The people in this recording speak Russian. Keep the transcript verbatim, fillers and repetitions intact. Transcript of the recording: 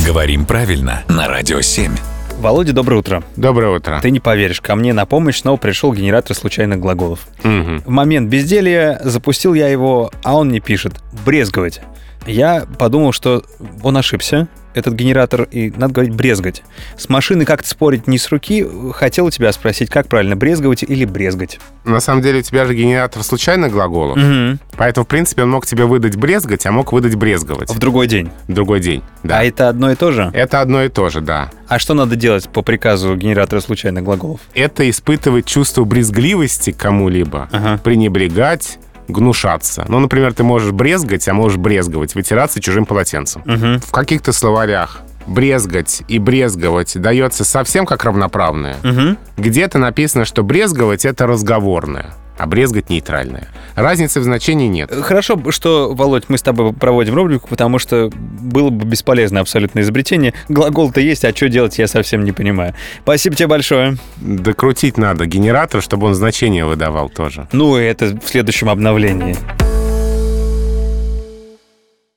Говорим правильно на Радио семь. Володя, доброе утро. Доброе утро. Ты не поверишь, ко мне на помощь снова пришел генератор случайных глаголов. Угу. В момент безделья запустил я его, а он мне пишет «брезговать». Я подумал, что он ошибся, этот генератор, и надо говорить «брезгать». С машиной как-то спорить не с руки. Хотел у тебя спросить, как правильно, брезговать или брезгать? На самом деле у тебя же генератор случайных глаголов, Угу. поэтому, в принципе, он мог тебе выдать брезгать, а мог выдать брезговать. В другой день. В другой день, да. А это одно и то же? Это одно и то же, да. А что надо делать по приказу генератора случайных глаголов? Это испытывать чувство брезгливости к кому-либо, Ага. пренебрегать, гнушаться. Ну, например, ты можешь брезгать, а можешь брезговать, вытираться чужим полотенцем. Угу. В каких-то словарях брезгать и брезговать дается совсем как равноправное. Угу. Где-то написано, что брезговать — это разговорное, а брезгать — нейтральное. Разницы в значении нет. Хорошо, что, Володь, мы с тобой проводим рубрику, потому что было бы бесполезное абсолютно изобретение. Глагол-то есть, а что делать, я совсем не понимаю. Спасибо тебе большое. Докрутить надо генератор, чтобы он значение выдавал тоже. Ну, это в следующем обновлении.